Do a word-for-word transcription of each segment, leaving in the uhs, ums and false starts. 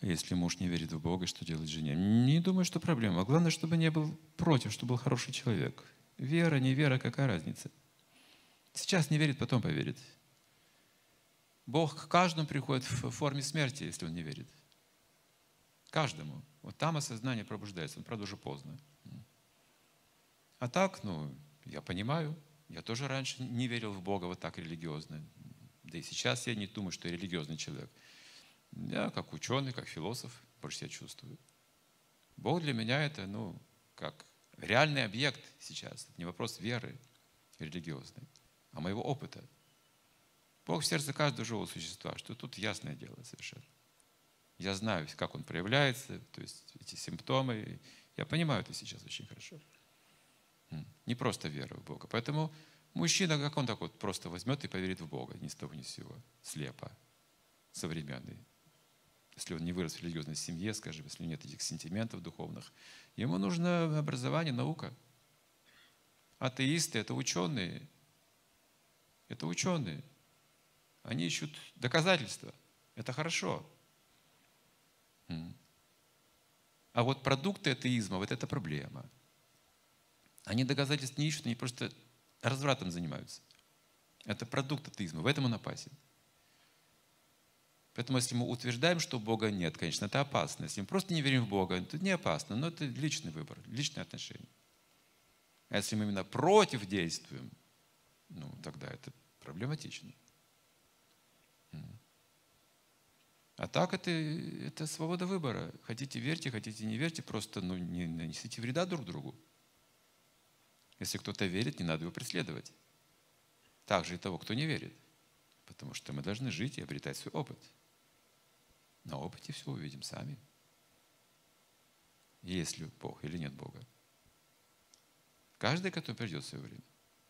Если муж не верит в Бога, что делать жене? Не думаю, что проблема. Главное, чтобы не был против, чтобы был хороший человек. Вера, не вера, какая разница? Сейчас не верит, потом поверит. Бог к каждому приходит в форме смерти, если он не верит. Каждому. Вот там осознание пробуждается. Он, правда, уже поздно. А так, ну, я понимаю, я тоже раньше не верил в Бога вот так религиозно. Да и сейчас я не думаю, что я религиозный человек. Я как ученый, как философ больше себя чувствую. Бог для меня это, ну, как реальный объект сейчас. Это не вопрос веры религиозной, а моего опыта. Бог в сердце каждого живого существа, что тут ясное дело совершенно. Я знаю, как он проявляется, то есть эти симптомы. Я понимаю это сейчас очень хорошо. Не просто вера в Бога. Поэтому мужчина, как он так вот просто возьмет и поверит в Бога, ни с того ни с сего, слепо, современный. Если он не вырос в религиозной семье, скажем, если нет этих сентиментов духовных, ему нужно образование, наука. Атеисты – это ученые. Это ученые. Они ищут доказательства. Это хорошо. А вот продукты атеизма, вот это проблема. Они доказательств не ищут, они просто развратом занимаются. Это продукт атеизма, в этом он опасен. Поэтому если мы утверждаем, что Бога нет, конечно, это опасно. Если мы просто не верим в Бога, то не опасно, но это личный выбор, личное отношение. А если мы именно против действуем, ну, тогда это проблематично. А так это, это свобода выбора. Хотите верьте, хотите не верьте, просто ну, не нанесите вреда друг другу. Если кто-то верит, не надо его преследовать. Так же и того, кто не верит. Потому что мы должны жить и обретать свой опыт. На опыте все увидим сами. Есть ли Бог или нет Бога. Каждый, который придет в свое время.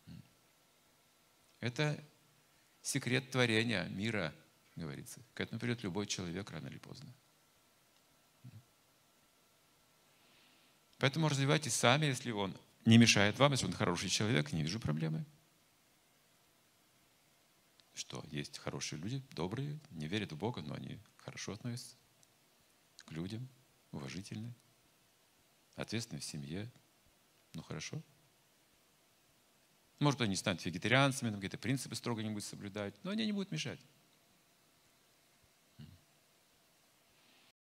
Это секрет творения мира, говорится. К этому придет любой человек рано или поздно. Поэтому развивайтесь сами, если он не мешает вам, если он хороший человек, не вижу проблемы. Что есть хорошие люди, добрые, не верят в Бога, но они хорошо относятся к людям, уважительны, ответственны в семье. Ну хорошо. Может, они станут вегетарианцами, какие-то принципы строго не будут соблюдать, но они не будут мешать.